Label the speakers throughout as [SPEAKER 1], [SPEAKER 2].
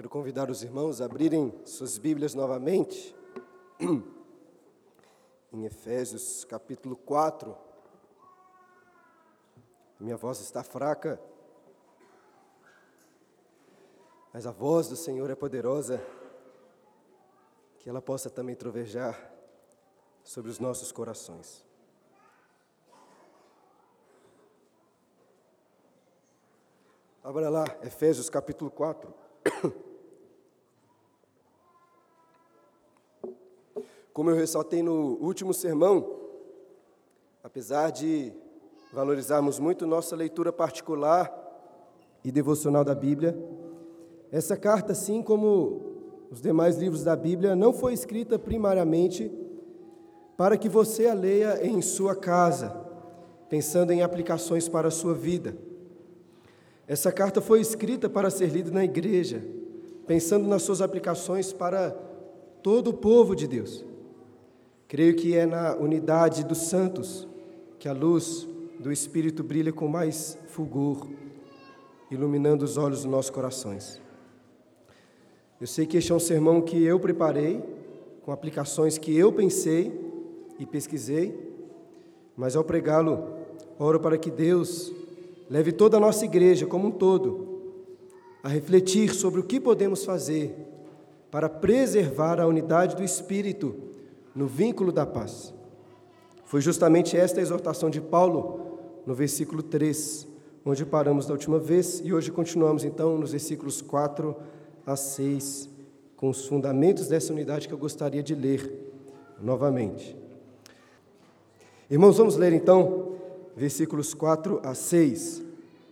[SPEAKER 1] Quero convidar os irmãos a abrirem suas Bíblias novamente em Efésios capítulo 4. Minha voz está fraca, mas a voz do Senhor é poderosa, que ela possa também trovejar sobre os nossos corações. Abra lá, Efésios capítulo 4. Como eu ressaltei no último sermão, apesar de valorizarmos muito nossa leitura particular e devocional da Bíblia, essa carta, assim como os demais livros da Bíblia, não foi escrita primariamente para que você a leia em sua casa, pensando em aplicações para a sua vida. Essa carta foi escrita para ser lida na igreja, pensando nas suas aplicações para todo o povo de Deus. Creio que é na unidade dos santos que a luz do Espírito brilha com mais fulgor, iluminando os olhos dos nossos corações. Eu sei que este é um sermão que eu preparei, com aplicações que eu pensei e pesquisei, mas ao pregá-lo, oro para que Deus leve toda a nossa igreja como um todo a refletir sobre o que podemos fazer para preservar a unidade do Espírito no vínculo da paz. Foi justamente esta a exortação de Paulo no versículo 3, onde paramos da última vez, e hoje continuamos então nos versículos 4 a 6, com os fundamentos dessa unidade que eu gostaria de ler novamente. Irmãos, vamos ler então versículos 4 a 6.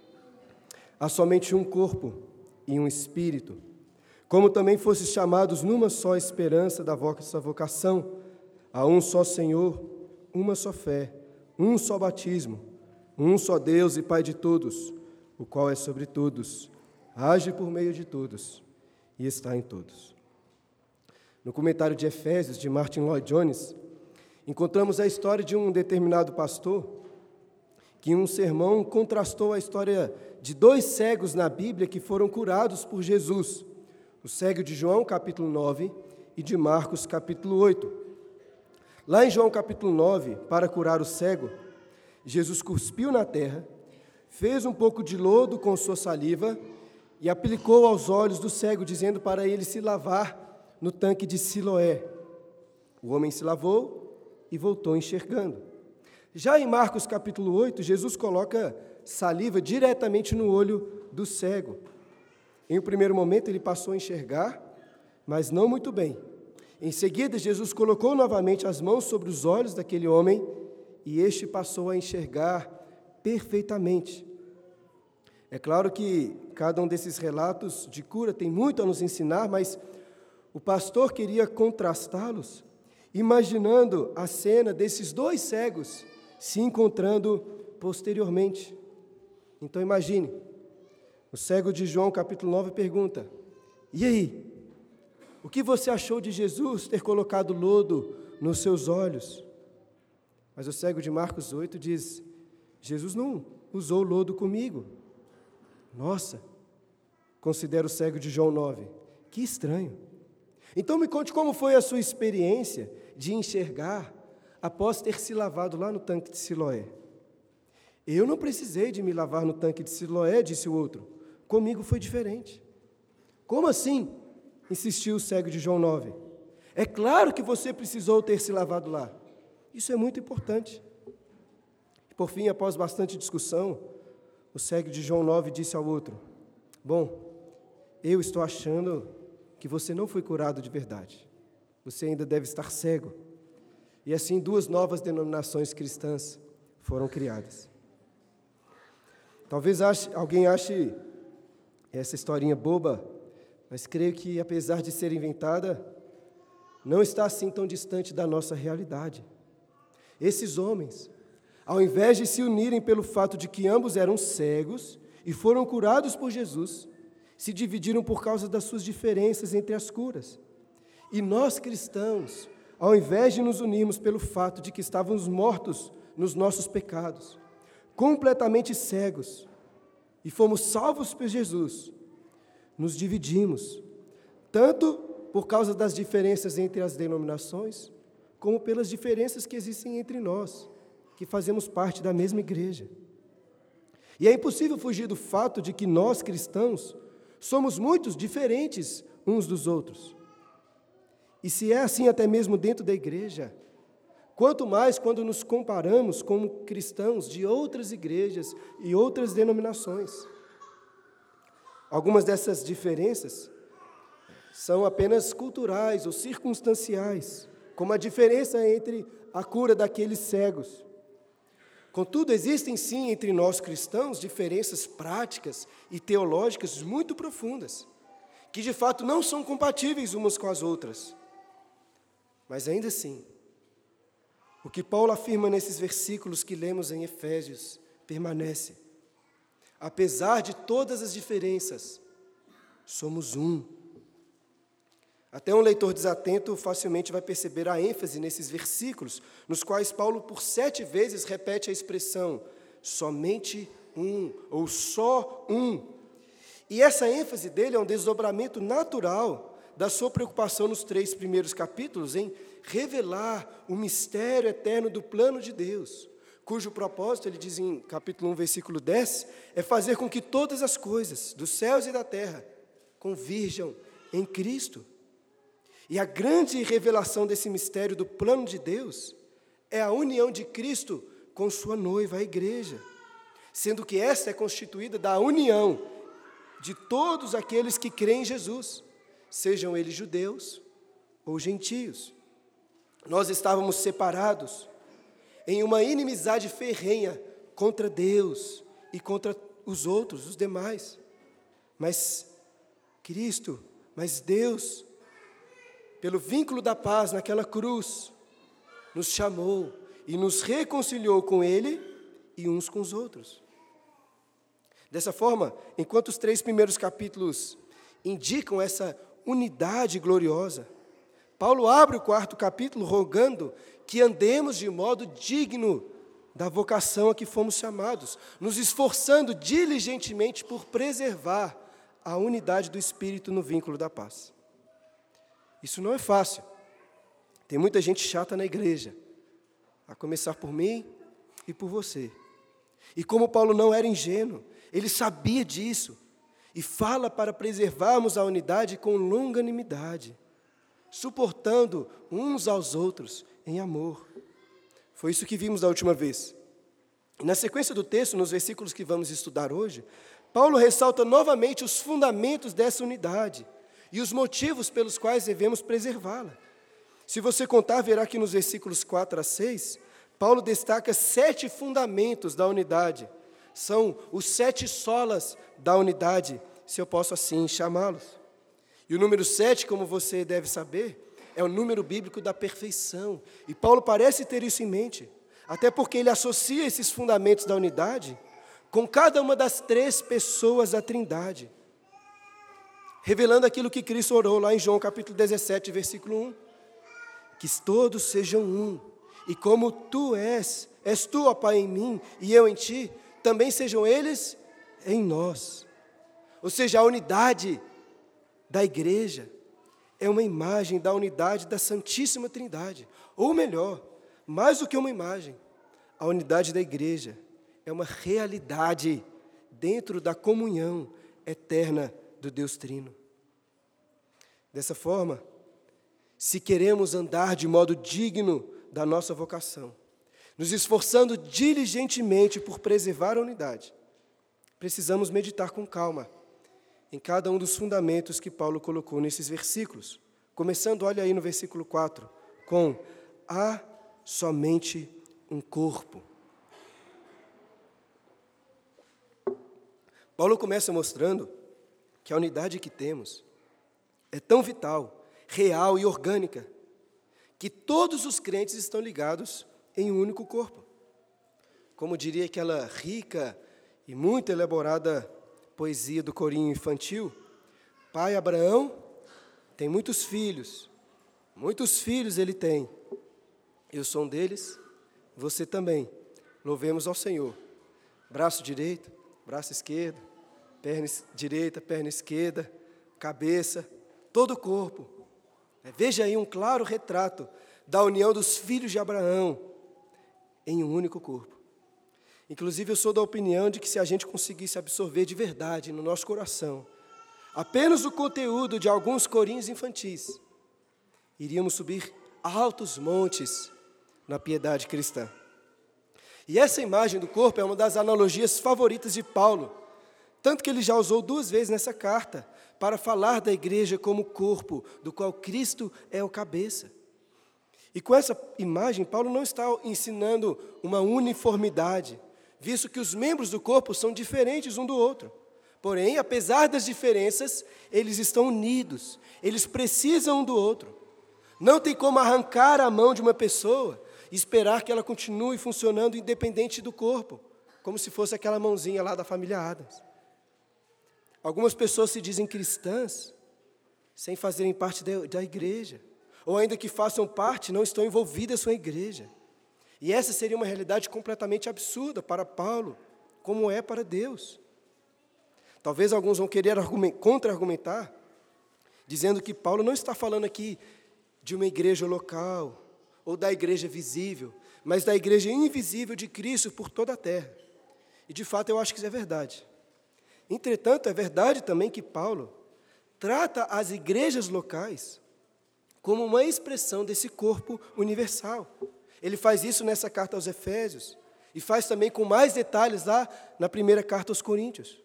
[SPEAKER 1] Há somente um corpo e um espírito, como também fostes chamados numa só esperança da vossa vocação, há um só Senhor, uma só fé, um só batismo, um só Deus e Pai de todos, o qual é sobre todos, age por meio de todos e está em todos. No comentário de Efésios, de Martin Lloyd-Jones, encontramos a história de um determinado pastor que em um sermão contrastou a história de dois cegos na Bíblia que foram curados por Jesus, o cego de João, capítulo 9, e de Marcos, capítulo 8. Lá em João, capítulo 9, para curar o cego, Jesus cuspiu na terra, fez um pouco de lodo com sua saliva e aplicou aos olhos do cego, dizendo para ele se lavar no tanque de Siloé. O homem se lavou e voltou enxergando. Já em Marcos, capítulo 8, Jesus coloca saliva diretamente no olho do cego. Em um primeiro momento, ele passou a enxergar, mas não muito bem. Em seguida, Jesus colocou novamente as mãos sobre os olhos daquele homem e este passou a enxergar perfeitamente. É claro que cada um desses relatos de cura tem muito a nos ensinar, mas o pastor queria contrastá-los, imaginando a cena desses dois cegos se encontrando posteriormente. Então imagine, o cego de João capítulo 9 pergunta: e aí, o que você achou de Jesus ter colocado lodo nos seus olhos? Mas o cego de Marcos 8 diz: Jesus não usou lodo comigo. Nossa, considera o cego de João 9, que estranho. Então me conte como foi a sua experiência de enxergar após ter se lavado lá no tanque de Siloé. Eu não precisei de me lavar no tanque de Siloé, disse o outro. Comigo foi diferente. Como assim? Insistiu o cego de João 9. É claro que você precisou ter se lavado lá. Isso é muito importante. Por fim, após bastante discussão, o cego de João 9 disse ao outro: bom, eu estou achando que você não foi curado de verdade. Você ainda deve estar cego. E assim, duas novas denominações cristãs foram criadas. Talvez alguém ache essa historinha boba, mas creio que, apesar de ser inventada, não está assim tão distante da nossa realidade. Esses homens, ao invés de se unirem pelo fato de que ambos eram cegos e foram curados por Jesus, se dividiram por causa das suas diferenças entre as curas. E nós, cristãos, ao invés de nos unirmos pelo fato de que estávamos mortos nos nossos pecados, completamente cegos, e fomos salvos por Jesus, nos dividimos tanto por causa das diferenças entre as denominações, como pelas diferenças que existem entre nós, que fazemos parte da mesma igreja. E é impossível fugir do fato de que nós, cristãos, somos muito diferentes uns dos outros. E se é assim até mesmo dentro da igreja, quanto mais quando nos comparamos como cristãos de outras igrejas e outras denominações. Algumas dessas diferenças são apenas culturais ou circunstanciais, como a diferença entre a cura daqueles cegos. Contudo, existem sim entre nós cristãos diferenças práticas e teológicas muito profundas, que de fato não são compatíveis umas com as outras. Mas ainda assim, o que Paulo afirma nesses versículos que lemos em Efésios permanece. Apesar de todas as diferenças, somos um. Até um leitor desatento facilmente vai perceber a ênfase nesses versículos, nos quais Paulo por 7 vezes repete a expressão somente um, ou só um. E essa ênfase dele é um desdobramento natural da sua preocupação nos 3 primeiros capítulos em revelar o mistério eterno do plano de Deus, cujo propósito, ele diz em capítulo 1, versículo 10, é fazer com que todas as coisas, dos céus e da terra, convirjam em Cristo. E a grande revelação desse mistério do plano de Deus é a união de Cristo com sua noiva, a igreja, sendo que esta é constituída da união de todos aqueles que creem em Jesus, sejam eles judeus ou gentios. Nós estávamos separados em uma inimizade ferrenha contra Deus e contra os outros, os demais. Mas Deus, pelo vínculo da paz naquela cruz, nos chamou e nos reconciliou com Ele e uns com os outros. Dessa forma, enquanto os 3 primeiros capítulos indicam essa unidade gloriosa, Paulo abre o 4º capítulo rogando que andemos de modo digno da vocação a que fomos chamados, nos esforçando diligentemente por preservar a unidade do Espírito no vínculo da paz. Isso não é fácil. Tem muita gente chata na igreja, a começar por mim e por você. E como Paulo não era ingênuo, ele sabia disso e fala para preservarmos a unidade com longanimidade, suportando uns aos outros em amor. Foi isso que vimos da última vez. Na sequência do texto, nos versículos que vamos estudar hoje, Paulo ressalta novamente os fundamentos dessa unidade e os motivos pelos quais devemos preservá-la. Se você contar, verá que nos versículos 4 a 6, Paulo destaca 7 fundamentos da unidade. São os 7 solas da unidade, se eu posso assim chamá-los. E o número 7, como você deve saber, é o número bíblico da perfeição. E Paulo parece ter isso em mente, até porque ele associa esses fundamentos da unidade com cada uma das 3 pessoas da Trindade, revelando aquilo que Cristo orou lá em João capítulo 17, versículo 1. Que todos sejam um, e como tu és tu, ó Pai, em mim, e eu em ti, também sejam eles em nós. Ou seja, a unidade da igreja é uma imagem da unidade da Santíssima Trindade. Ou melhor, mais do que uma imagem, a unidade da igreja é uma realidade dentro da comunhão eterna do Deus Trino. Dessa forma, se queremos andar de modo digno da nossa vocação, nos esforçando diligentemente por preservar a unidade, precisamos meditar com calma em cada um dos fundamentos que Paulo colocou nesses versículos. Começando, olha aí no versículo 4, com há somente um corpo. Paulo começa mostrando que a unidade que temos é tão vital, real e orgânica, que todos os crentes estão ligados em um único corpo. Como diria aquela rica e muito elaborada poesia do corinho infantil, pai Abraão tem muitos filhos ele tem. Eu sou um deles, você também. Louvemos ao Senhor. Braço direito, braço esquerdo, perna direita, perna esquerda, cabeça, todo o corpo. Veja aí um claro retrato da união dos filhos de Abraão em um único corpo. Inclusive, eu sou da opinião de que se a gente conseguisse absorver de verdade no nosso coração apenas o conteúdo de alguns corinhos infantis, iríamos subir altos montes na piedade cristã. E essa imagem do corpo é uma das analogias favoritas de Paulo, tanto que ele já usou 2 vezes nessa carta, para falar da igreja como corpo, do qual Cristo é o cabeça. E com essa imagem, Paulo não está ensinando uma uniformidade, visto que os membros do corpo são diferentes um do outro. Porém, apesar das diferenças, eles estão unidos, eles precisam um do outro. Não tem como arrancar a mão de uma pessoa e esperar que ela continue funcionando independente do corpo, como se fosse aquela mãozinha lá da família Adams. Algumas pessoas se dizem cristãs sem fazerem parte da igreja, ou ainda que façam parte, não estão envolvidas com a igreja. E essa seria uma realidade completamente absurda para Paulo, como é para Deus. Talvez alguns vão querer contra-argumentar, dizendo que Paulo não está falando aqui de uma igreja local, ou da igreja visível, mas da igreja invisível de Cristo por toda a terra. E de fato eu acho que isso é verdade. Entretanto, é verdade também que Paulo trata as igrejas locais como uma expressão desse corpo universal. Ele faz isso nessa carta aos Efésios e faz também com mais detalhes lá na primeira carta aos Coríntios.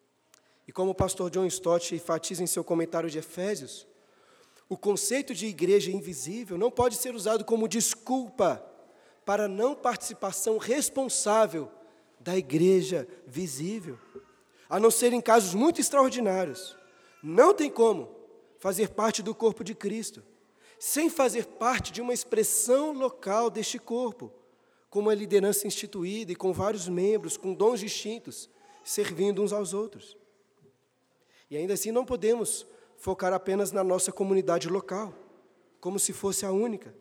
[SPEAKER 1] E como o pastor John Stott enfatiza em seu comentário de Efésios, o conceito de igreja invisível não pode ser usado como desculpa para a não participação responsável da igreja visível, a não ser em casos muito extraordinários. Não tem como fazer parte do corpo de Cristo sem fazer parte de uma expressão local deste corpo, com uma liderança instituída e com vários membros, com dons distintos, servindo uns aos outros. E ainda assim não podemos focar apenas na nossa comunidade local, como se fosse a única.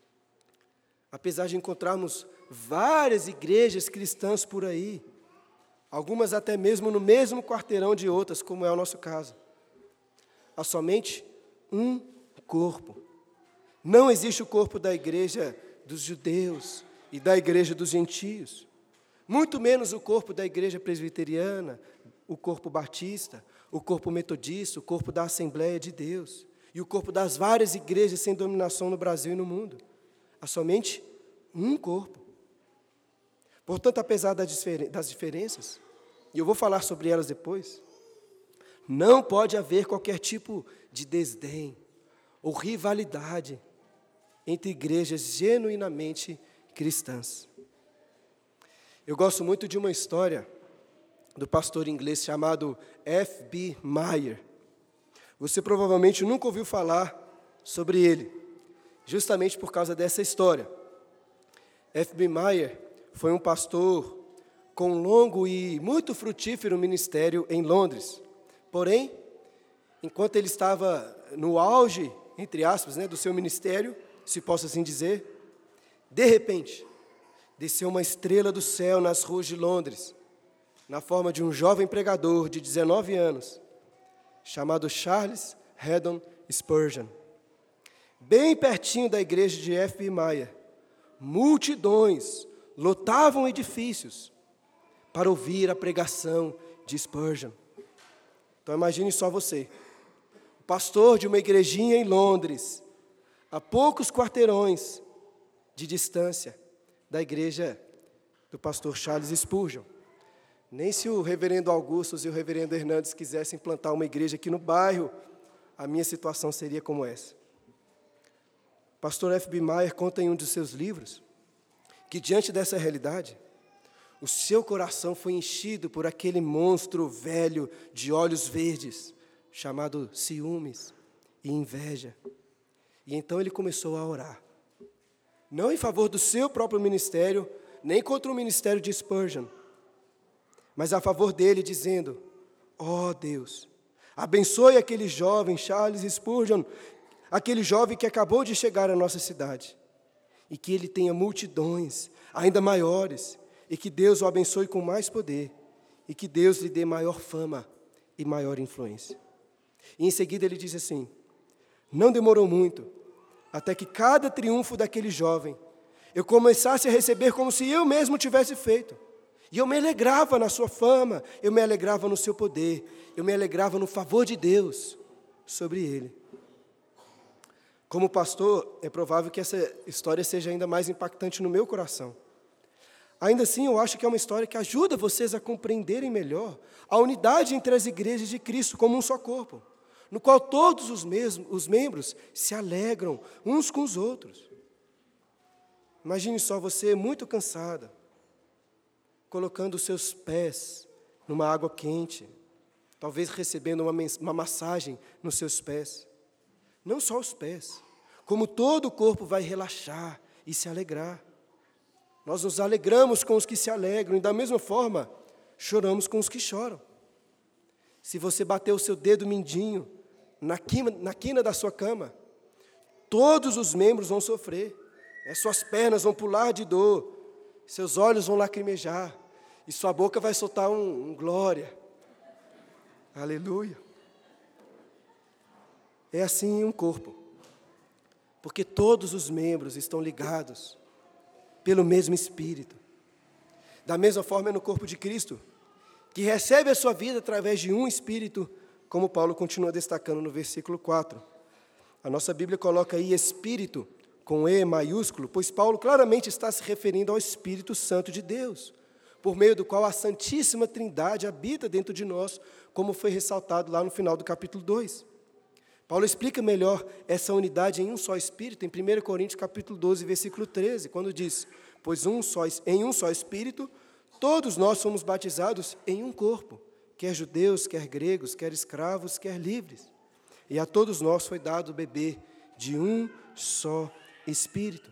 [SPEAKER 1] Apesar de encontrarmos várias igrejas cristãs por aí, algumas até mesmo no mesmo quarteirão de outras, como é o nosso caso, há somente um corpo. Não existe o corpo da igreja dos judeus e da igreja dos gentios, muito menos o corpo da igreja presbiteriana, o corpo batista, o corpo metodista, o corpo da Assembleia de Deus e o corpo das várias igrejas sem dominação no Brasil e no mundo. Há somente um corpo. Portanto, apesar das diferenças, e eu vou falar sobre elas depois, não pode haver qualquer tipo de desdém ou rivalidade entre igrejas genuinamente cristãs. Eu gosto muito de uma história do pastor inglês chamado F.B. Meyer. Você provavelmente nunca ouviu falar sobre ele, justamente por causa dessa história. F.B. Meyer foi um pastor com um longo e muito frutífero ministério em Londres. Porém, enquanto ele estava no auge, entre aspas, do seu ministério, se posso assim dizer, de repente, desceu uma estrela do céu nas ruas de Londres, na forma de um jovem pregador de 19 anos, chamado Charles Haddon Spurgeon. Bem pertinho da igreja de F.B. Meyer, multidões lotavam edifícios para ouvir a pregação de Spurgeon. Então imagine só você, o pastor de uma igrejinha em Londres, a poucos quarteirões de distância da igreja do pastor Charles Spurgeon. Nem se o reverendo Augustus e o reverendo Hernandes quisessem plantar uma igreja aqui no bairro, a minha situação seria como essa. O pastor F.B. Meyer conta em um de seus livros que, diante dessa realidade, o seu coração foi enchido por aquele monstro velho de olhos verdes, chamado ciúmes e inveja. E então ele começou a orar, não em favor do seu próprio ministério, nem contra o ministério de Spurgeon, mas a favor dele, dizendo: ó Deus, abençoe aquele jovem Charles Spurgeon, aquele jovem que acabou de chegar à nossa cidade, e que ele tenha multidões ainda maiores, e que Deus o abençoe com mais poder, e que Deus lhe dê maior fama e maior influência. E em seguida ele diz assim: Não demorou muito, até que cada triunfo daquele jovem, eu começasse a receber como se eu mesmo tivesse feito. E eu me alegrava na sua fama, eu me alegrava no seu poder, eu me alegrava no favor de Deus sobre ele. Como pastor, é provável que essa história seja ainda mais impactante no meu coração. Ainda assim, eu acho que é uma história que ajuda vocês a compreenderem melhor a unidade entre as igrejas de Cristo como um só corpo, no qual todos os membros se alegram uns com os outros. Imagine só você muito cansada, colocando os seus pés numa água quente, talvez recebendo uma massagem nos seus pés. Não só os pés, como todo o corpo vai relaxar e se alegrar. Nós nos alegramos com os que se alegram e, da mesma forma, choramos com os que choram. Se você bater o seu dedo mindinho na quina da sua cama, todos os membros vão sofrer. Suas pernas vão pular de dor, seus olhos vão lacrimejar, e sua boca vai soltar um glória. Aleluia. É assim em um corpo, porque todos os membros estão ligados pelo mesmo Espírito. Da mesma forma é no corpo de Cristo, que recebe a sua vida através de um Espírito, como Paulo continua destacando no versículo 4. A nossa Bíblia coloca aí Espírito com E maiúsculo, pois Paulo claramente está se referindo ao Espírito Santo de Deus, por meio do qual a Santíssima Trindade habita dentro de nós, como foi ressaltado lá no final do capítulo 2. Paulo explica melhor essa unidade em um só Espírito, em 1 Coríntios capítulo 12, versículo 13, quando diz: pois em um só Espírito, todos nós somos batizados em um corpo, quer judeus, quer gregos, quer escravos, quer livres. E a todos nós foi dado beber de um só Espírito.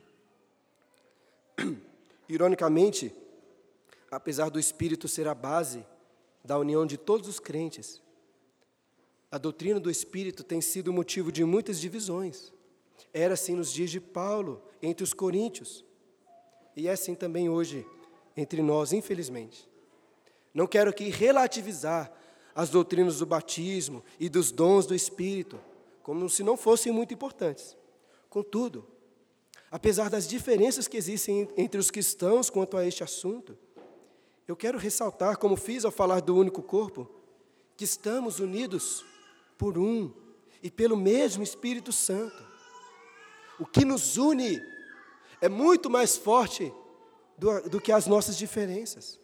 [SPEAKER 1] Ironicamente, apesar do Espírito ser a base da união de todos os crentes, a doutrina do Espírito tem sido motivo de muitas divisões. Era assim nos dias de Paulo, entre os coríntios, e é assim também hoje entre nós, infelizmente. Não quero aqui relativizar as doutrinas do batismo e dos dons do Espírito, como se não fossem muito importantes. Contudo, apesar das diferenças que existem entre os cristãos quanto a este assunto, eu quero ressaltar, como fiz ao falar do único corpo, que estamos unidos por um e pelo mesmo Espírito Santo. O que nos une é muito mais forte do que as nossas diferenças.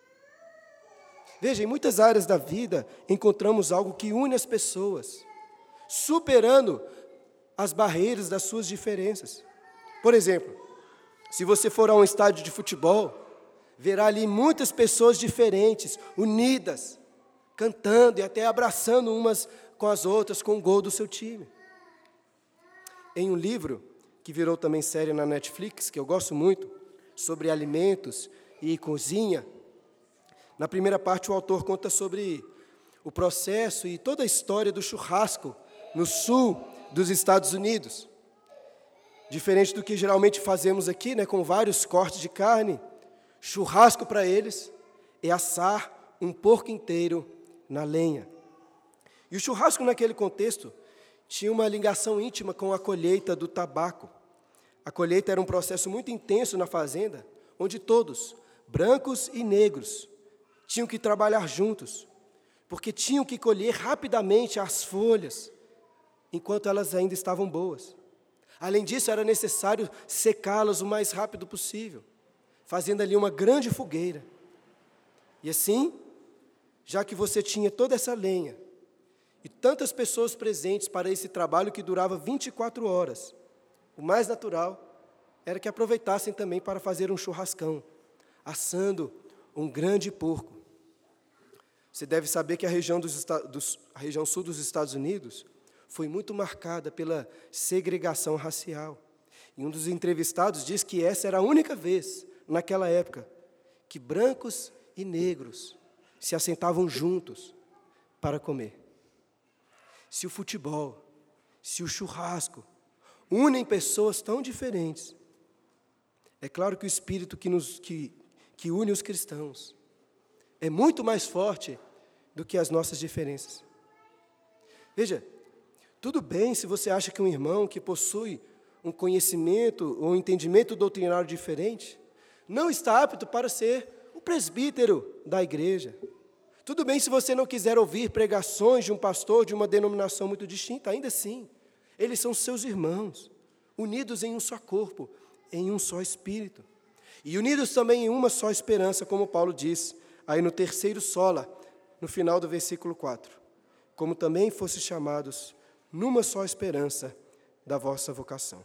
[SPEAKER 1] Veja, em muitas áreas da vida encontramos algo que une as pessoas, superando as barreiras das suas diferenças. Por exemplo, se você for a um estádio de futebol, verá ali muitas pessoas diferentes, unidas, cantando e até abraçando umas com as outras com o gol do seu time. Em um livro, que virou também série na Netflix, que eu gosto muito, sobre alimentos e cozinha, na primeira parte o autor conta sobre o processo e toda a história do churrasco no sul dos Estados Unidos. Diferente do que geralmente fazemos aqui, com vários cortes de carne, churrasco para eles é assar um porco inteiro na lenha. E o churrasco naquele contexto tinha uma ligação íntima com a colheita do tabaco. A colheita era um processo muito intenso na fazenda, onde todos, brancos e negros, tinham que trabalhar juntos, porque tinham que colher rapidamente as folhas, enquanto elas ainda estavam boas. Além disso, era necessário secá-las o mais rápido possível, fazendo ali uma grande fogueira. E assim, já que você tinha toda essa lenha, e tantas pessoas presentes para esse trabalho que durava 24 horas, o mais natural era que aproveitassem também para fazer um churrascão, assando um grande porco. Você deve saber que a região sul dos Estados Unidos foi muito marcada pela segregação racial. E um dos entrevistados diz que essa era a única vez, naquela época, que brancos e negros se assentavam juntos para comer. Se o futebol, se o churrasco unem pessoas tão diferentes, é claro que o Espírito que une os cristãos é muito mais forte do que as nossas diferenças. Veja, Tudo bem se você acha que um irmão que possui um conhecimento ou um entendimento doutrinário diferente não está apto para ser o presbítero da igreja. Tudo bem se você não quiser ouvir pregações de um pastor de uma denominação muito distinta, ainda assim, eles são seus irmãos, unidos em um só corpo, em um só espírito. E unidos também em uma só esperança, como Paulo diz, aí no terceiro sola, no final do versículo 4. Como também fossem chamados numa só esperança da vossa vocação.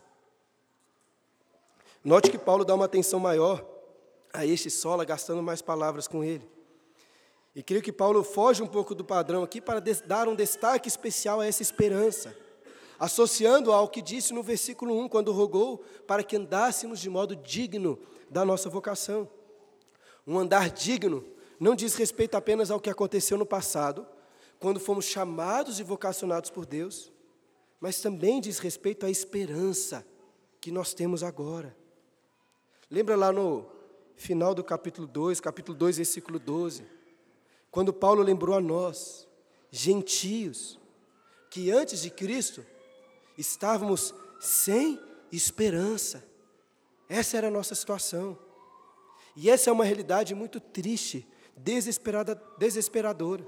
[SPEAKER 1] Note que Paulo dá uma atenção maior a este sola, gastando mais palavras com ele. E creio que Paulo foge um pouco do padrão aqui para dar um destaque especial a essa esperança, associando ao que disse no versículo 1, quando rogou para que andássemos de modo digno da nossa vocação. Um andar digno não diz respeito apenas ao que aconteceu no passado, quando fomos chamados e vocacionados por Deus, mas também diz respeito à esperança que nós temos agora. Lembra lá no final do capítulo 2, versículo 12, quando Paulo lembrou a nós, gentios, que antes de Cristo estávamos sem esperança. Essa era a nossa situação. E essa é uma realidade muito triste, desesperadora.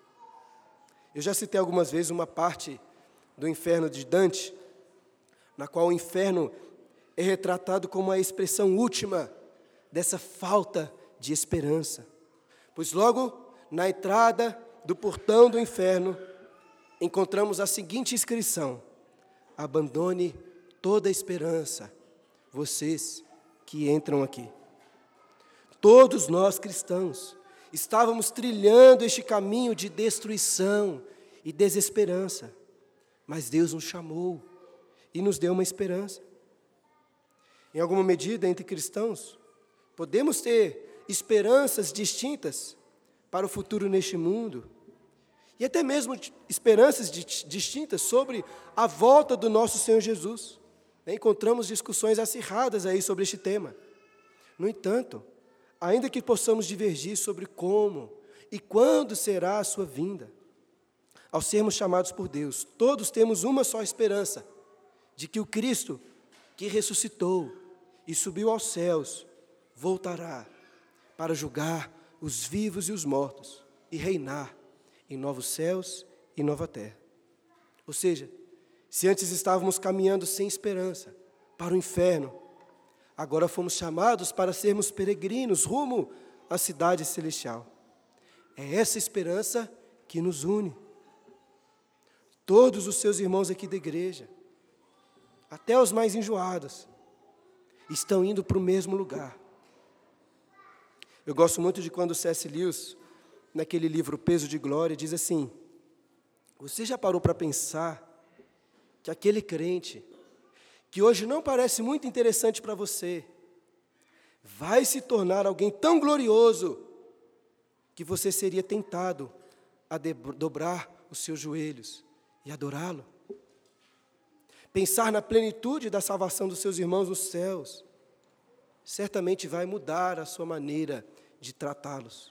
[SPEAKER 1] Eu já citei algumas vezes uma parte do inferno de Dante, na qual o inferno é retratado como a expressão última dessa falta de esperança. Pois logo na entrada do portão do inferno, encontramos a seguinte inscrição: abandone toda a esperança, vocês que entram aqui. Todos nós cristãos estávamos trilhando este caminho de destruição e desesperança, mas Deus nos chamou e nos deu uma esperança. Em alguma medida, entre cristãos, podemos ter esperanças distintas para o futuro neste mundo, e até mesmo esperanças distintas sobre a volta do nosso Senhor Jesus. Encontramos discussões acirradas aí sobre este tema. No entanto, ainda que possamos divergir sobre como e quando será a sua vinda, ao sermos chamados por Deus, todos temos uma só esperança, de que o Cristo que ressuscitou e subiu aos céus, voltará para julgar os vivos e os mortos e reinar em novos céus e nova terra. Ou seja, se antes estávamos caminhando sem esperança para o inferno, agora fomos chamados para sermos peregrinos rumo à cidade celestial. É essa esperança que nos une. Todos os seus irmãos aqui da igreja, até os mais enjoados, estão indo para o mesmo lugar. Eu gosto muito de quando C.S. Lewis, naquele livro Peso de Glória, diz assim: você já parou para pensar que aquele crente, que hoje não parece muito interessante para você, vai se tornar alguém tão glorioso que você seria tentado a dobrar os seus joelhos e adorá-lo? Pensar na plenitude da salvação dos seus irmãos nos céus, certamente vai mudar a sua maneira de tratá-los.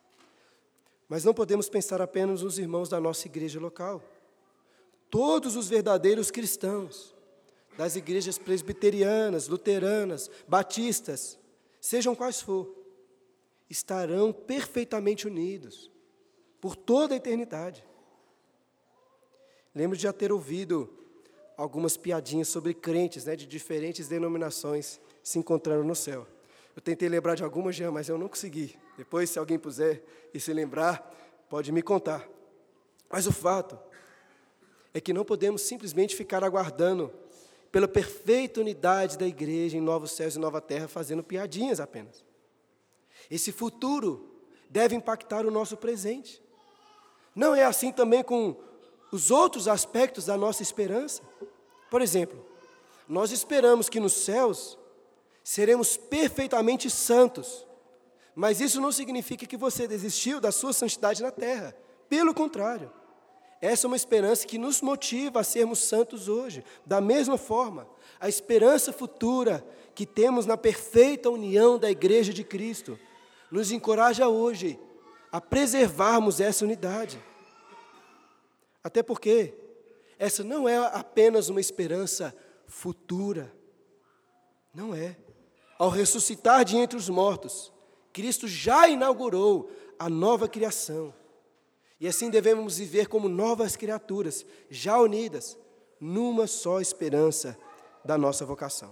[SPEAKER 1] Mas não podemos pensar apenas nos irmãos da nossa igreja local. Todos os verdadeiros cristãos, das igrejas presbiterianas, luteranas, batistas, sejam quais for, estarão perfeitamente unidos por toda a eternidade. Lembro de já ter ouvido algumas piadinhas sobre crentes, de diferentes denominações se encontrando no céu. Eu tentei lembrar de algumas já, mas eu não consegui. Depois, se alguém puser e se lembrar, pode me contar. Mas o fato é que não podemos simplesmente ficar aguardando pela perfeita unidade da igreja em novos céus e nova terra, fazendo piadinhas apenas. Esse futuro deve impactar o nosso presente. Não é assim também com os outros aspectos da nossa esperança? Por exemplo, nós esperamos que nos céus seremos perfeitamente santos, mas isso não significa que você desistiu da sua santidade na terra. Pelo contrário, essa é uma esperança que nos motiva a sermos santos hoje. Da mesma forma, a esperança futura que temos na perfeita união da igreja de Cristo nos encoraja hoje a preservarmos essa unidade. Até porque essa não é apenas uma esperança futura. Não é. Ao ressuscitar de entre os mortos, Cristo já inaugurou a nova criação. E assim devemos viver como novas criaturas, já unidas, numa só esperança da nossa vocação.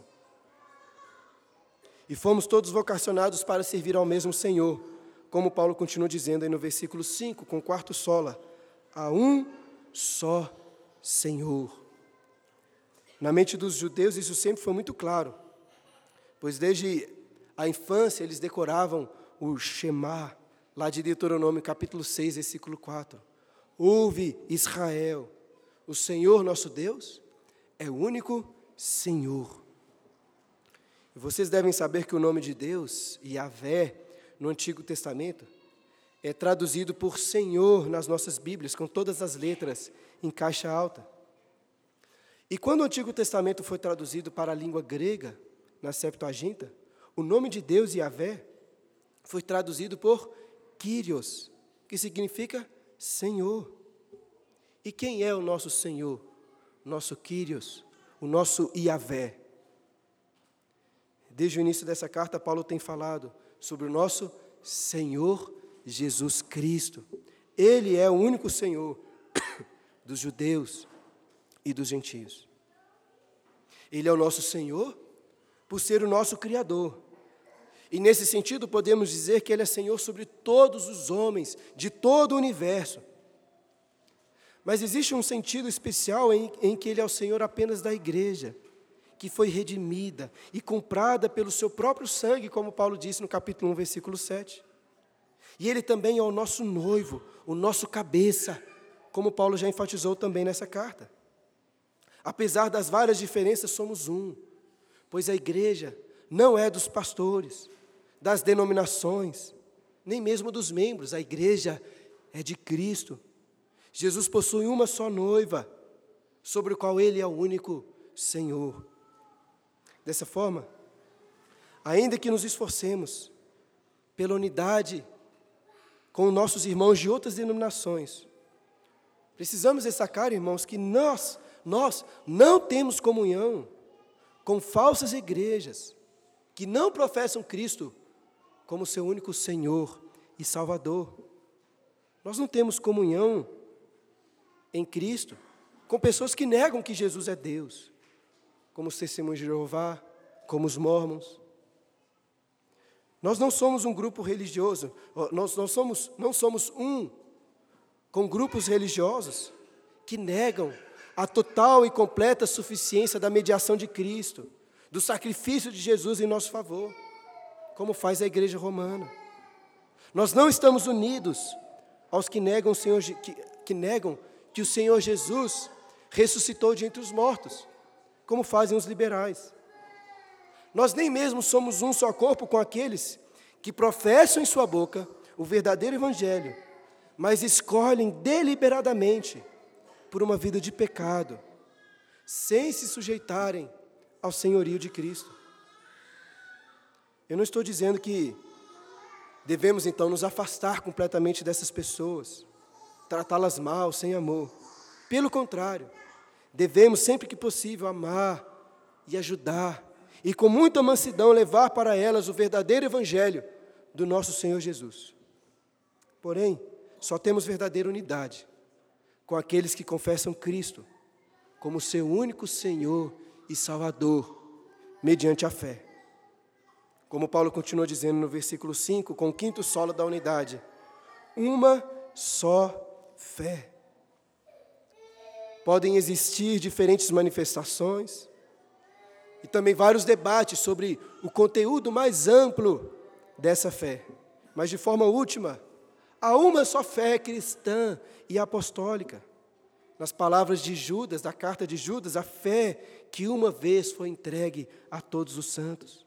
[SPEAKER 1] E fomos todos vocacionados para servir ao mesmo Senhor, como Paulo continua dizendo aí no versículo 5, com o quarto sola, a um só Senhor. Na mente dos judeus isso sempre foi muito claro, pois desde a infância eles decoravam o Shema, lá de Deuteronômio capítulo 6, versículo 4. Ouve, Israel, o Senhor nosso Deus é o único Senhor. E vocês devem saber que o nome de Deus, Yahvé, no Antigo Testamento, é traduzido por Senhor nas nossas Bíblias, com todas as letras em caixa alta. E quando o Antigo Testamento foi traduzido para a língua grega, na Septuaginta, o nome de Deus, Yahvé, foi traduzido por Kyrios, que significa Senhor. E quem é o nosso Senhor? Nosso Kyrios, o nosso Yahvé. Desde o início dessa carta, Paulo tem falado sobre o nosso Senhor Jesus Cristo. Ele é o único Senhor dos judeus e dos gentios. Ele é o nosso Senhor por ser o nosso Criador. E nesse sentido podemos dizer que Ele é Senhor sobre todos os homens, de todo o universo. Mas existe um sentido especial em que Ele é o Senhor apenas da igreja, que foi redimida e comprada pelo seu próprio sangue, como Paulo disse no capítulo 1, versículo 7. E Ele também é o nosso noivo, o nosso cabeça, como Paulo já enfatizou também nessa carta. Apesar das várias diferenças, somos um, pois a igreja não é dos pastores, das denominações, nem mesmo dos membros, a igreja é de Cristo. Jesus possui uma só noiva, sobre o qual Ele é o único Senhor. Dessa forma, ainda que nos esforcemos pela unidade com nossos irmãos de outras denominações, precisamos destacar, irmãos, que nós não temos comunhão com falsas igrejas que não professam Cristo como seu único Senhor e Salvador. Nós não temos comunhão em Cristo com pessoas que negam que Jesus é Deus, como os testemunhos de Jeová, como os mórmons. Nós não somos um grupo religioso, nós não somos um com grupos religiosos que negam a total e completa suficiência da mediação de Cristo, do sacrifício de Jesus em nosso favor, como faz a igreja romana. Nós não estamos unidos aos que negam que o Senhor Jesus ressuscitou de entre os mortos, como fazem os liberais. Nós nem mesmo somos um só corpo com aqueles que professam em sua boca o verdadeiro evangelho, mas escolhem deliberadamente por uma vida de pecado, sem se sujeitarem ao senhorio de Cristo. Eu não estou dizendo que devemos então nos afastar completamente dessas pessoas, tratá-las mal, sem amor. Pelo contrário, devemos sempre que possível amar e ajudar, e com muita mansidão levar para elas o verdadeiro evangelho do nosso Senhor Jesus. Porém, só temos verdadeira unidade com aqueles que confessam Cristo como seu único Senhor e Salvador, mediante a fé. Como Paulo continua dizendo no versículo 5, com o quinto solo da unidade, uma só fé. Podem existir diferentes manifestações e também vários debates sobre o conteúdo mais amplo dessa fé. Mas de forma última, há uma só fé cristã e apostólica. Nas palavras de Judas, da carta de Judas, a fé que uma vez foi entregue a todos os santos.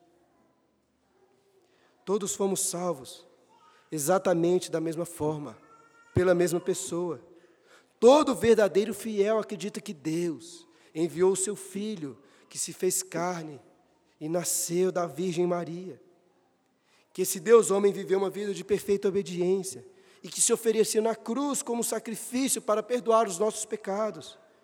[SPEAKER 1] Todos fomos salvos, exatamente da mesma forma, pela mesma pessoa. Todo verdadeiro fiel acredita que Deus enviou o seu Filho, que se fez carne e nasceu da Virgem Maria. Que esse Deus homem viveu uma vida de perfeita obediência e que se ofereceu na cruz como sacrifício para perdoar os nossos pecados.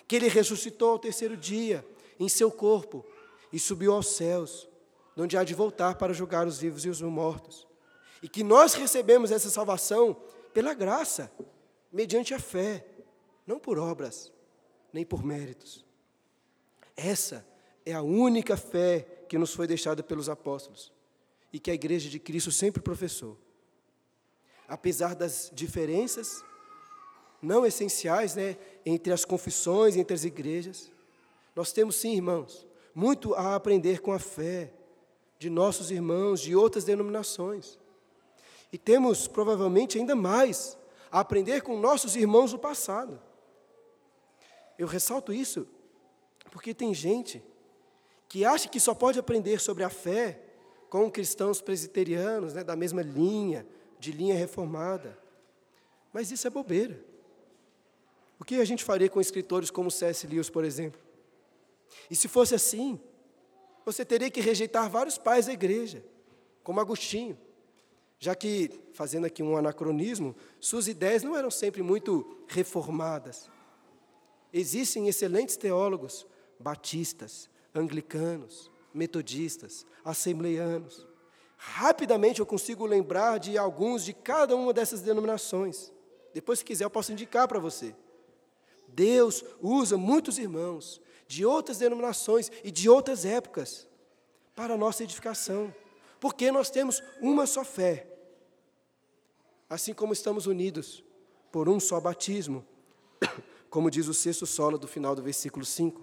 [SPEAKER 1] que Ele ressuscitou ao terceiro dia em seu corpo e subiu aos céus, de onde há de voltar para julgar os vivos e os mortos. E que nós recebemos essa salvação pela graça, mediante a fé, não por obras, nem por méritos. Essa é a única fé que nos foi deixada pelos apóstolos e que a Igreja de Cristo sempre professou. Apesar das diferenças não essenciais, entre as confissões, entre as igrejas, nós temos sim, irmãos, muito a aprender com a fé de nossos irmãos de outras denominações. E temos, provavelmente, ainda mais a aprender com nossos irmãos do passado. Eu ressalto isso porque tem gente que acha que só pode aprender sobre a fé com cristãos presbiterianos, da mesma linha, de linha reformada. Mas isso é bobeira. O que a gente faria com escritores como C.S. Lewis, por exemplo? E se fosse assim, você teria que rejeitar vários pais da igreja, como Agostinho, já que, fazendo aqui um anacronismo, suas ideias não eram sempre muito reformadas. Existem excelentes teólogos batistas, anglicanos, metodistas, assembleianos. Rapidamente eu consigo lembrar de alguns de cada uma dessas denominações. Depois, se quiser, eu posso indicar para você. Deus usa muitos irmãos de outras denominações e de outras épocas para a nossa edificação, porque nós temos uma só fé, assim como estamos unidos por um só batismo, como diz o sexto solo do final do versículo 5.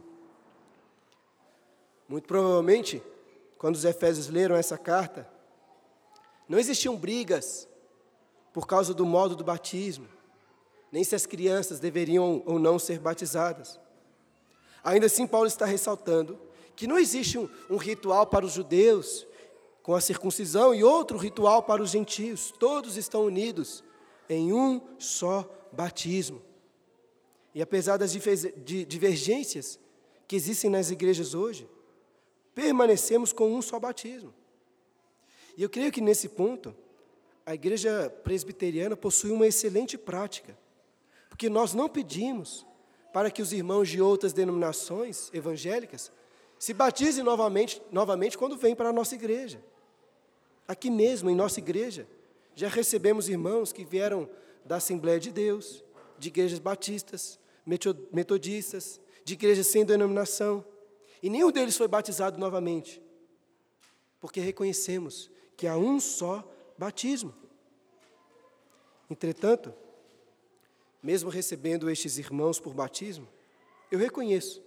[SPEAKER 1] Muito provavelmente, quando os efésios leram essa carta, não existiam brigas por causa do modo do batismo, nem se as crianças deveriam ou não ser batizadas. Ainda assim, Paulo está ressaltando que não existe um ritual para os judeus com a circuncisão e outro ritual para os gentios. Todos estão unidos em um só batismo. E apesar das divergências que existem nas igrejas hoje, permanecemos com um só batismo. E eu creio que nesse ponto, a igreja presbiteriana possui uma excelente prática, porque nós não pedimos para que os irmãos de outras denominações evangélicas se batizem novamente quando vêm para a nossa igreja. Aqui mesmo, em nossa igreja, já recebemos irmãos que vieram da Assembleia de Deus, de igrejas batistas, metodistas, de igrejas sem denominação, e nenhum deles foi batizado novamente, porque reconhecemos que há um só batismo. Entretanto, mesmo recebendo estes irmãos por batismo, eu reconheço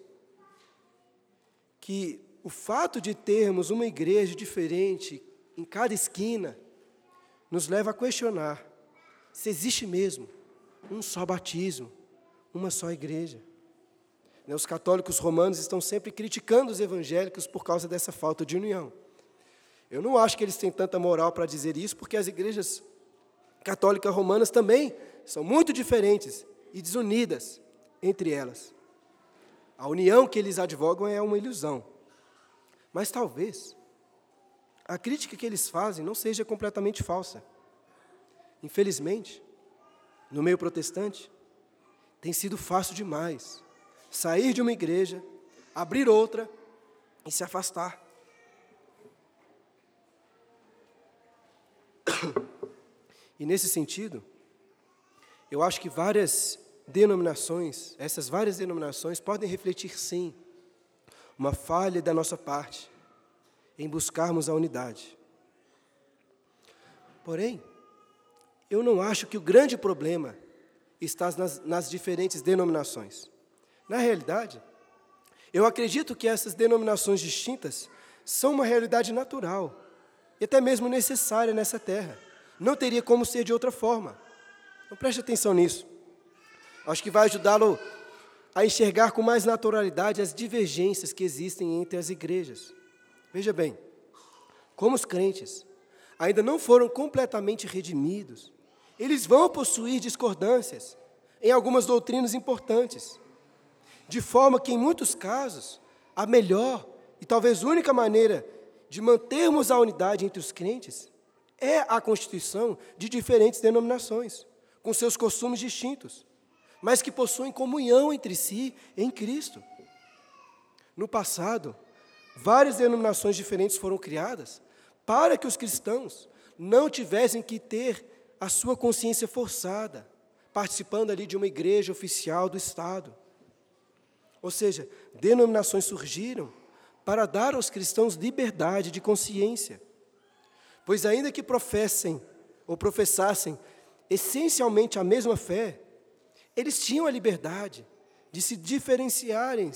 [SPEAKER 1] que o fato de termos uma igreja diferente em cada esquina nos leva a questionar se existe mesmo um só batismo, uma só igreja. Os católicos romanos estão sempre criticando os evangélicos por causa dessa falta de união. Eu não acho que eles têm tanta moral para dizer isso, porque as igrejas católicas romanas também são muito diferentes e desunidas entre elas. A união que eles advogam é uma ilusão. Mas talvez a crítica que eles fazem não seja completamente falsa. Infelizmente, no meio protestante, tem sido fácil demais sair de uma igreja, abrir outra e se afastar. E nesse sentido, eu acho que essas várias denominações podem refletir sim uma falha da nossa parte em buscarmos a unidade. Porém, eu não acho que o grande problema está nas diferentes denominações. Na realidade, eu acredito que essas denominações distintas são uma realidade natural e até mesmo necessária nessa terra. Não teria como ser de outra forma. Então preste atenção nisso. Acho que vai ajudá-lo a enxergar com mais naturalidade as divergências que existem entre as igrejas. Veja bem, como os crentes ainda não foram completamente redimidos, eles vão possuir discordâncias em algumas doutrinas importantes, de forma que, em muitos casos, a melhor e talvez única maneira de mantermos a unidade entre os crentes é a constituição de diferentes denominações, com seus costumes distintos, mas que possuem comunhão entre si em Cristo. No passado, várias denominações diferentes foram criadas para que os cristãos não tivessem que ter a sua consciência forçada, participando ali de uma igreja oficial do Estado. Ou seja, denominações surgiram para dar aos cristãos liberdade de consciência, pois ainda que professem ou professassem essencialmente a mesma fé, eles tinham a liberdade de se diferenciarem,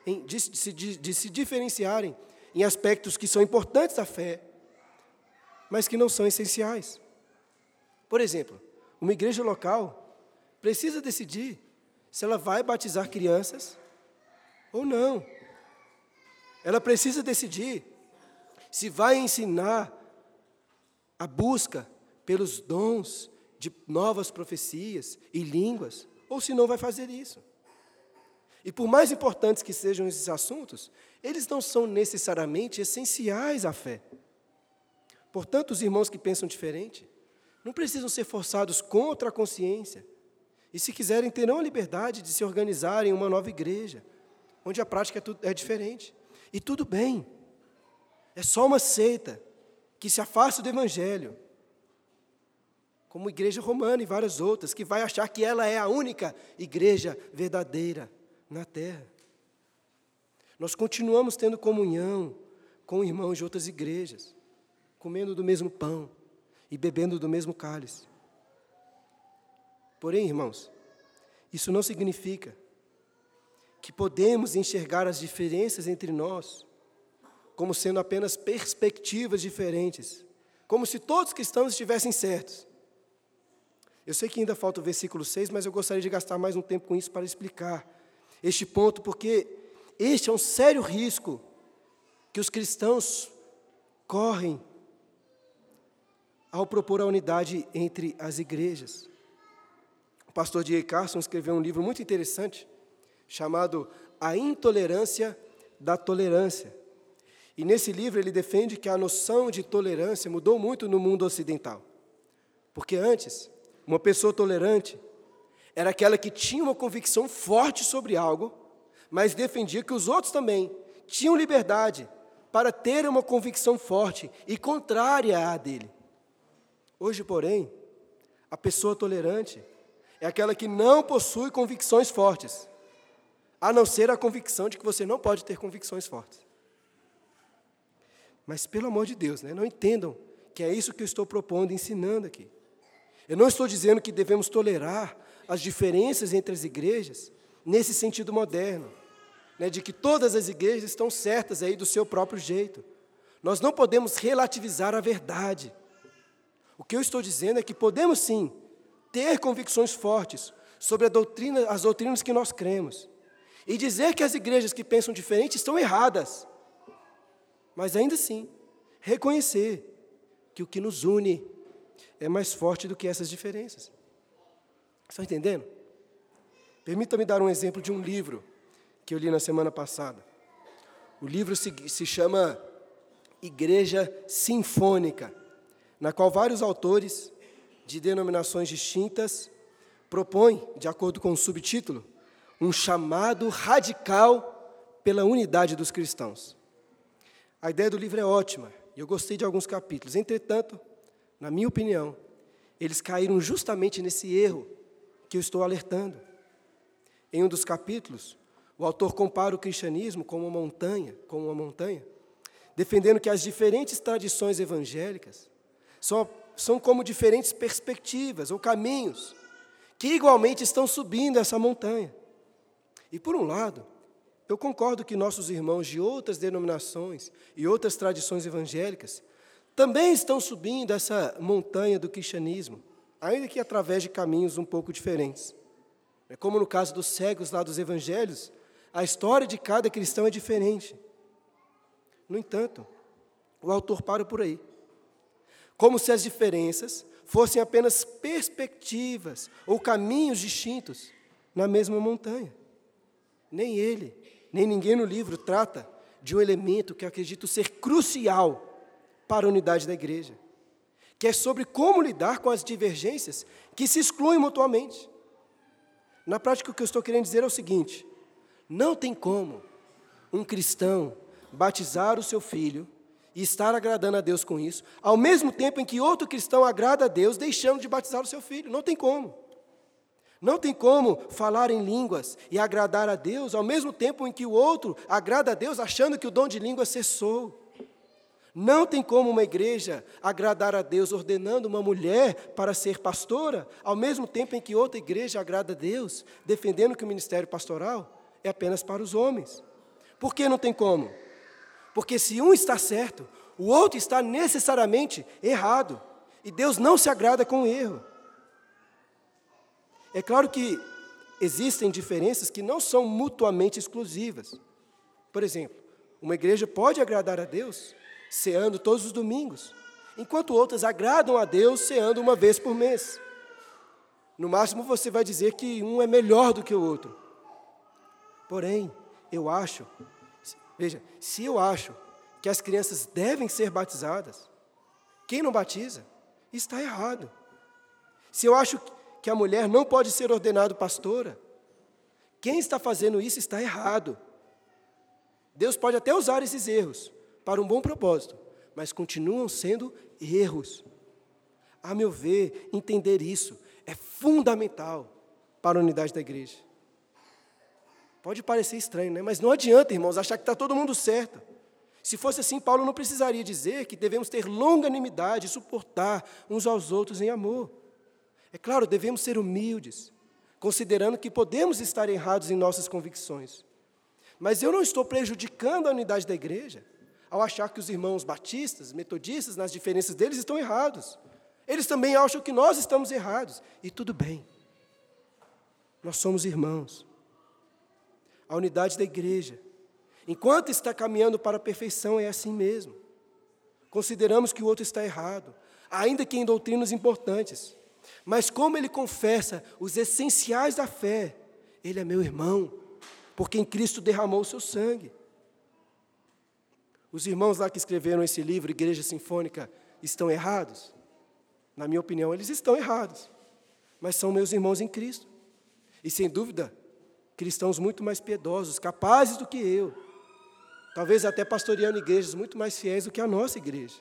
[SPEAKER 1] em aspectos que são importantes da fé, mas que não são essenciais. Por exemplo, uma igreja local precisa decidir se ela vai batizar crianças ou não. Ela precisa decidir se vai ensinar a busca pelos dons de novas profecias e línguas, ou se não vai fazer isso. E por mais importantes que sejam esses assuntos, eles não são necessariamente essenciais à fé. Portanto, os irmãos que pensam diferente não precisam ser forçados contra a consciência, e se quiserem, terão a liberdade de se organizar em uma nova igreja, onde a prática é diferente. E tudo bem, é só uma seita que se afasta do Evangelho, como a igreja romana e várias outras, que vai achar que ela é a única igreja verdadeira na terra. Nós continuamos tendo comunhão com irmãos de outras igrejas, comendo do mesmo pão e bebendo do mesmo cálice. Porém, irmãos, isso não significa que podemos enxergar as diferenças entre nós como sendo apenas perspectivas diferentes, como se todos cristãos estivessem certos. Eu sei que ainda falta o versículo 6, mas eu gostaria de gastar mais um tempo com isso para explicar este ponto, porque este é um sério risco que os cristãos correm ao propor a unidade entre as igrejas. O pastor D.A. Carson escreveu um livro muito interessante, chamado A Intolerância da Tolerância. E nesse livro ele defende que a noção de tolerância mudou muito no mundo ocidental. Porque antes, uma pessoa tolerante era aquela que tinha uma convicção forte sobre algo, mas defendia que os outros também tinham liberdade para ter uma convicção forte e contrária à dele. Hoje, porém, a pessoa tolerante é aquela que não possui convicções fortes, a não ser a convicção de que você não pode ter convicções fortes. Mas, pelo amor de Deus, não entendam que é isso que eu estou propondo e ensinando aqui. Eu não estou dizendo que devemos tolerar as diferenças entre as igrejas nesse sentido moderno, de que todas as igrejas estão certas aí do seu próprio jeito. Nós não podemos relativizar a verdade. O que eu estou dizendo é que podemos sim ter convicções fortes sobre as doutrinas que nós cremos e dizer que as igrejas que pensam diferente estão erradas, mas ainda assim reconhecer que o que nos une é mais forte do que essas diferenças. Estão entendendo? Permita-me dar um exemplo de um livro que eu li na semana passada. O livro se chama Igreja Sinfônica, na qual vários autores de denominações distintas propõem, de acordo com o subtítulo, um chamado radical pela unidade dos cristãos. A ideia do livro é ótima, e eu gostei de alguns capítulos. Entretanto, na minha opinião, eles caíram justamente nesse erro que eu estou alertando. Em um dos capítulos, o autor compara o cristianismo com uma montanha, defendendo que as diferentes tradições evangélicas são como diferentes perspectivas ou caminhos que igualmente estão subindo essa montanha. E, por um lado, eu concordo que nossos irmãos de outras denominações e outras tradições evangélicas também estão subindo essa montanha do cristianismo, ainda que através de caminhos um pouco diferentes. Como no caso dos cegos lá dos evangelhos, a história de cada cristão é diferente. No entanto, o autor para por aí, como se as diferenças fossem apenas perspectivas ou caminhos distintos na mesma montanha. Nem ele, nem ninguém no livro trata de um elemento que eu acredito ser crucial para a unidade da igreja, que é sobre como lidar com as divergências que se excluem mutuamente. Na prática, o que eu estou querendo dizer é o seguinte: não tem como um cristão batizar o seu filho e estar agradando a Deus com isso, ao mesmo tempo em que outro cristão agrada a Deus deixando de batizar o seu filho. Não tem como. Não tem como falar em línguas e agradar a Deus, ao mesmo tempo em que o outro agrada a Deus achando que o dom de língua cessou. Não tem como uma igreja agradar a Deus ordenando uma mulher para ser pastora, ao mesmo tempo em que outra igreja agrada a Deus, defendendo que o ministério pastoral é apenas para os homens. Por que não tem como? Porque se um está certo, o outro está necessariamente errado, e Deus não se agrada com o erro. É claro que existem diferenças que não são mutuamente exclusivas. Por exemplo, uma igreja pode agradar a Deus ceando todos os domingos, enquanto outras agradam a Deus ceando uma vez por mês. No máximo você vai dizer que um é melhor do que o outro. Porém, se eu acho que as crianças devem ser batizadas, quem não batiza está errado. Se eu acho que a mulher não pode ser ordenada pastora, quem está fazendo isso está errado. Deus pode até usar esses erros para um bom propósito, mas continuam sendo erros. A meu ver, entender isso é fundamental para a unidade da igreja. Pode parecer estranho, né? Mas não adianta, irmãos, achar que está todo mundo certo. Se fosse assim, Paulo não precisaria dizer que devemos ter longanimidade e suportar uns aos outros em amor. É claro, devemos ser humildes, considerando que podemos estar errados em nossas convicções. Mas eu não estou prejudicando a unidade da igreja ao achar que os irmãos batistas, metodistas, nas diferenças deles, estão errados. Eles também acham que nós estamos errados. E tudo bem. Nós somos irmãos. A unidade da igreja, enquanto está caminhando para a perfeição, é assim mesmo. Consideramos que o outro está errado, ainda que em doutrinas importantes. Mas como ele confessa os essenciais da fé, ele é meu irmão, porque em Cristo derramou o seu sangue. Os irmãos lá que escreveram esse livro, Igreja Sinfônica, estão errados? Na minha opinião, eles estão errados. Mas são meus irmãos em Cristo. E, sem dúvida, cristãos muito mais piedosos, capazes do que eu. Talvez até pastoreando igrejas muito mais fiéis do que a nossa igreja.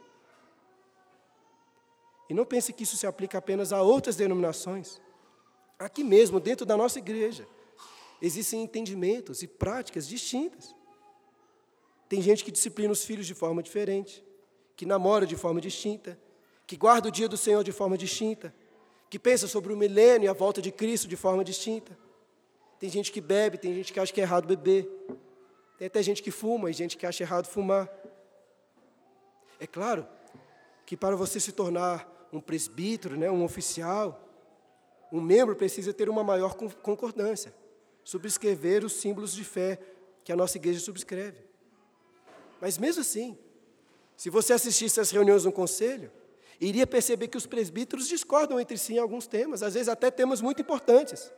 [SPEAKER 1] E não pense que isso se aplica apenas a outras denominações. Aqui mesmo, dentro da nossa igreja, existem entendimentos e práticas distintas. Tem gente que disciplina os filhos de forma diferente, que namora de forma distinta, que guarda o dia do Senhor de forma distinta, que pensa sobre o milênio e a volta de Cristo de forma distinta. Tem gente que bebe, tem gente que acha que é errado beber. Tem até gente que fuma e gente que acha errado fumar. É claro que para você se tornar um presbítero, um oficial, um membro precisa ter uma maior concordância, subscrever os símbolos de fé que a nossa igreja subscreve. Mas mesmo assim, se você assistisse às reuniões do conselho, iria perceber que os presbíteros discordam entre si em alguns temas, às vezes até temas muito importantes.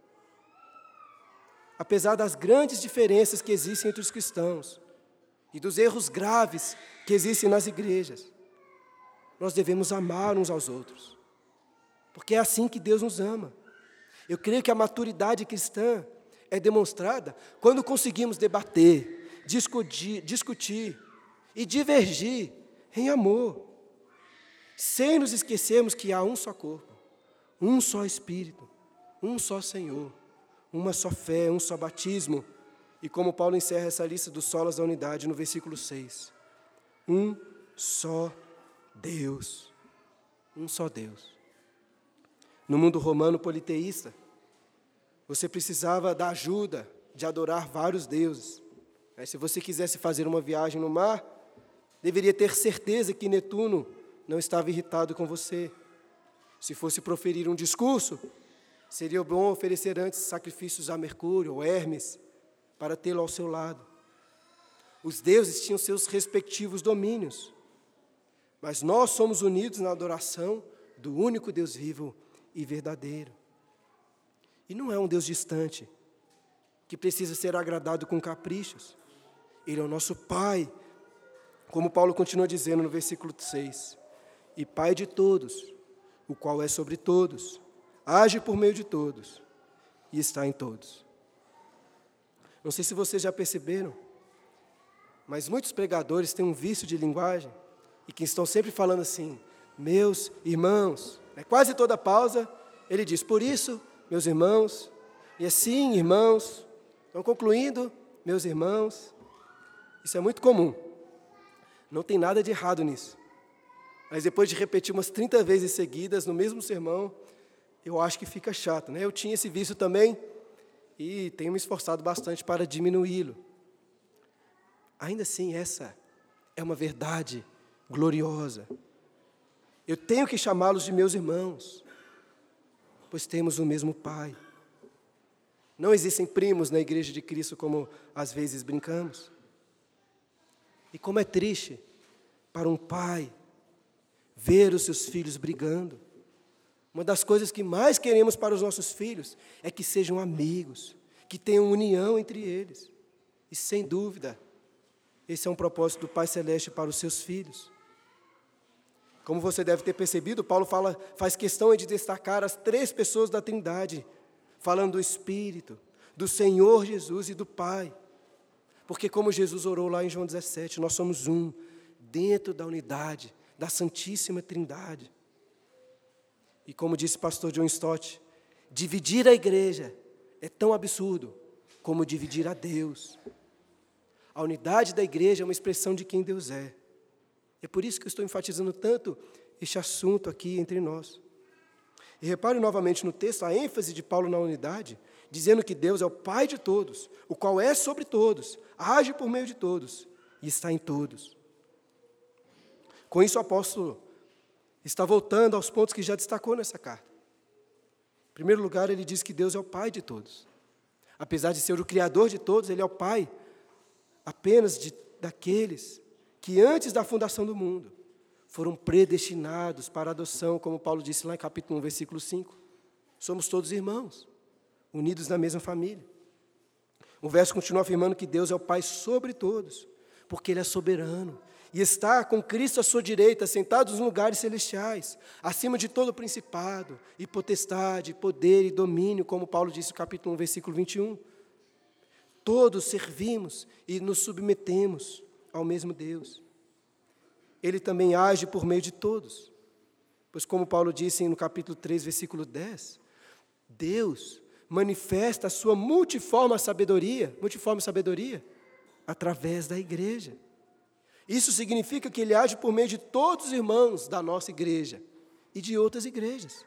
[SPEAKER 1] Apesar das grandes diferenças que existem entre os cristãos e dos erros graves que existem nas igrejas, nós devemos amar uns aos outros, porque é assim que Deus nos ama. Eu creio que a maturidade cristã é demonstrada quando conseguimos debater, discutir e divergir em amor, sem nos esquecermos que há um só corpo, um só Espírito, um só Senhor, uma só fé, um só batismo. E como Paulo encerra essa lista dos solas da unidade no versículo 6, um só Deus, um só Deus. No mundo romano politeísta, você precisava da ajuda de adorar vários deuses. Se você quisesse fazer uma viagem no mar, deveria ter certeza que Netuno não estava irritado com você. Se fosse proferir um discurso, seria bom oferecer antes sacrifícios a Mercúrio ou Hermes, para tê-lo ao seu lado. Os deuses tinham seus respectivos domínios, mas nós somos unidos na adoração do único Deus vivo e verdadeiro. E não é um Deus distante, que precisa ser agradado com caprichos. Ele é o nosso Pai, como Paulo continua dizendo no versículo 6, e Pai de todos, o qual é sobre todos, age por meio de todos. e está em todos. Não sei se vocês já perceberam, mas muitos pregadores têm um vício de linguagem e que estão sempre falando assim, meus irmãos. Quase toda pausa ele diz, por isso, meus irmãos, e assim, irmãos. Então, concluindo, meus irmãos, isso é muito comum. Não tem nada de errado nisso. Mas depois de repetir umas 30 vezes seguidas no mesmo sermão, eu acho que fica chato, né? Eu tinha esse vício também e tenho me esforçado bastante para diminuí-lo. Ainda assim, essa é uma verdade gloriosa. Eu tenho que chamá-los de meus irmãos, pois temos o mesmo Pai. Não existem primos na Igreja de Cristo, como às vezes brincamos. E como é triste para um pai ver os seus filhos brigando. Uma das coisas que mais queremos para os nossos filhos é que sejam amigos, que tenham união entre eles. E sem dúvida, esse é um propósito do Pai Celeste para os seus filhos. Como você deve ter percebido, Paulo faz questão de destacar as 3 pessoas da Trindade, falando do Espírito, do Senhor Jesus e do Pai. Porque como Jesus orou lá em João 17, nós somos um, dentro da unidade, da Santíssima Trindade. E como disse o pastor John Stott, dividir a igreja é tão absurdo como dividir a Deus. A unidade da igreja é uma expressão de quem Deus é. É por isso que eu estou enfatizando tanto este assunto aqui entre nós. E repare novamente no texto a ênfase de Paulo na unidade, dizendo que Deus é o Pai de todos, o qual é sobre todos, age por meio de todos e está em todos. Com isso, o apóstolo está voltando aos pontos que já destacou nessa carta. Em primeiro lugar, ele diz que Deus é o Pai de todos. Apesar de ser o Criador de todos, Ele é o Pai apenas daqueles que antes da fundação do mundo foram predestinados para a adoção, como Paulo disse lá em capítulo 1, versículo 5. Somos todos irmãos, unidos na mesma família. O verso continua afirmando que Deus é o Pai sobre todos, porque Ele é soberano e está com Cristo à sua direita, sentado nos lugares celestiais, acima de todo principado e potestade, poder e domínio, como Paulo disse no capítulo 1, versículo 21. Todos servimos e nos submetemos ao mesmo Deus. Ele também age por meio de todos, pois como Paulo disse no capítulo 3, versículo 10, Deus manifesta a sua multiforme sabedoria através da igreja. Isso significa que Ele age por meio de todos os irmãos da nossa igreja e de outras igrejas.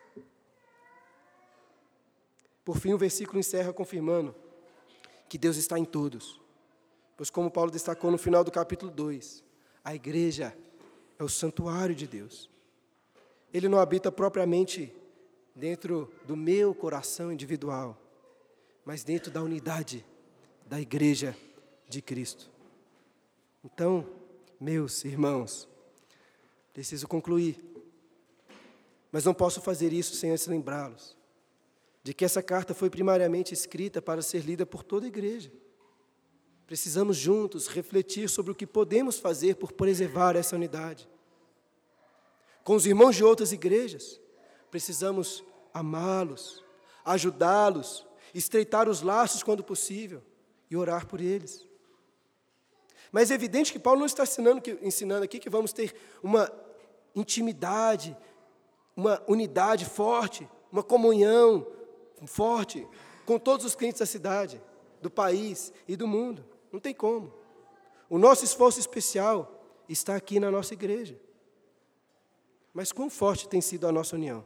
[SPEAKER 1] Por fim, o versículo encerra confirmando que Deus está em todos, pois como Paulo destacou no final do capítulo 2, a igreja é o santuário de Deus. Ele não habita propriamente dentro do meu coração individual, mas dentro da unidade da igreja de Cristo. Então, meus irmãos, preciso concluir, mas não posso fazer isso sem antes lembrá-los de que essa carta foi primariamente escrita para ser lida por toda a igreja. Precisamos juntos refletir sobre o que podemos fazer por preservar essa unidade. Com os irmãos de outras igrejas, precisamos amá-los, ajudá-los, estreitar os laços quando possível e orar por eles. Mas é evidente que Paulo não está ensinando aqui que vamos ter uma intimidade, uma unidade forte, uma comunhão forte com todos os crentes da cidade, do país e do mundo. Não tem como. O nosso esforço especial está aqui na nossa igreja. Mas quão forte tem sido a nossa união?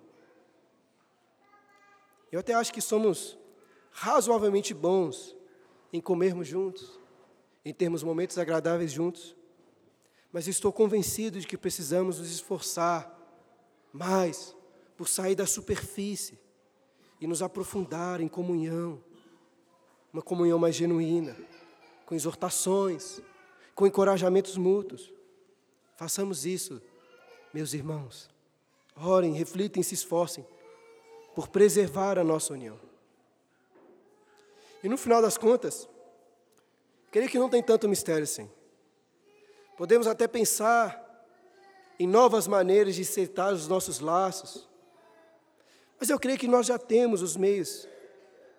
[SPEAKER 1] Eu até acho que somos razoavelmente bons em comermos juntos, em termos momentos agradáveis juntos, mas estou convencido de que precisamos nos esforçar mais por sair da superfície e nos aprofundar em comunhão, uma comunhão mais genuína, com exortações, com encorajamentos mútuos. Façamos isso, meus irmãos. Orem, reflitem, se esforcem por preservar a nossa união. E no final das contas, creio que não tem tanto mistério assim. Podemos até pensar em novas maneiras de estreitar os nossos laços, mas eu creio que nós já temos os meios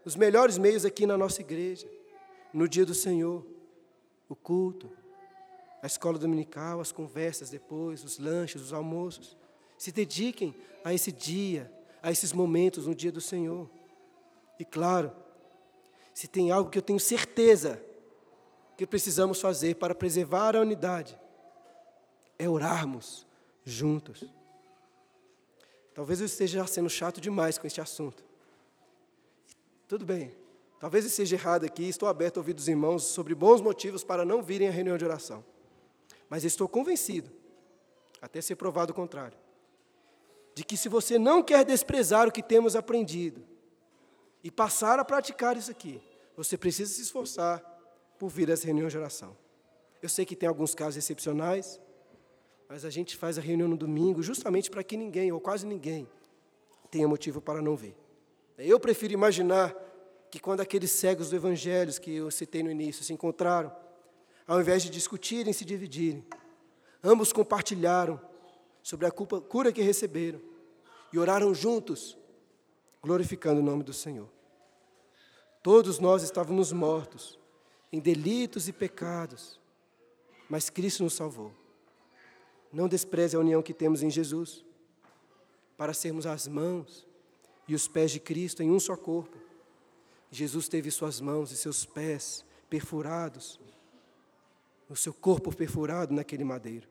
[SPEAKER 1] os melhores meios aqui na nossa igreja, no dia do Senhor, o culto, a escola dominical, as conversas depois, os lanches, os almoços. Se dediquem a esse dia, a esses momentos no dia do Senhor. E claro, se tem algo que eu tenho certeza que precisamos fazer para preservar a unidade, é orarmos juntos. Talvez eu esteja sendo chato demais com este assunto. Tudo bem, talvez eu esteja errado aqui, estou aberto a ouvir dos irmãos sobre bons motivos para não virem à reunião de oração. Mas estou convencido, até ser provado o contrário, de que se você não quer desprezar o que temos aprendido e passar a praticar isso aqui, você precisa se esforçar por vir às reuniões de oração. Eu sei que tem alguns casos excepcionais, mas a gente faz a reunião no domingo justamente para que ninguém, ou quase ninguém, tenha motivo para não vir. Eu prefiro imaginar que quando aqueles cegos do Evangelho que eu citei no início se encontraram, ao invés de discutirem e se dividirem, ambos compartilharam sobre a cura que receberam e oraram juntos, glorificando o nome do Senhor. Todos nós estávamos mortos em delitos e pecados, mas Cristo nos salvou. Não despreze a união que temos em Jesus, para sermos as mãos e os pés de Cristo em um só corpo. Jesus teve suas mãos e seus pés perfurados, o seu corpo perfurado naquele madeiro.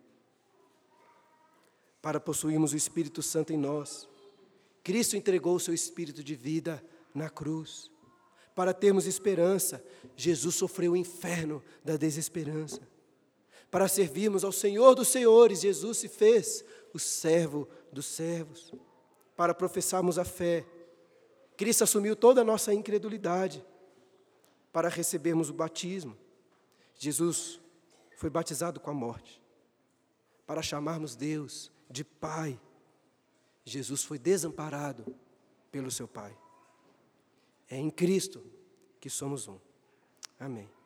[SPEAKER 1] Para possuirmos o Espírito Santo em nós, Cristo entregou o seu Espírito de vida na cruz. Para termos esperança, Jesus sofreu o inferno da desesperança. Para servirmos ao Senhor dos Senhores, Jesus se fez o servo dos servos. Para professarmos a fé, Cristo assumiu toda a nossa incredulidade. Para recebermos o batismo, Jesus foi batizado com a morte. Para chamarmos Deus de Pai, Jesus foi desamparado pelo seu Pai. É em Cristo que somos um. Amém.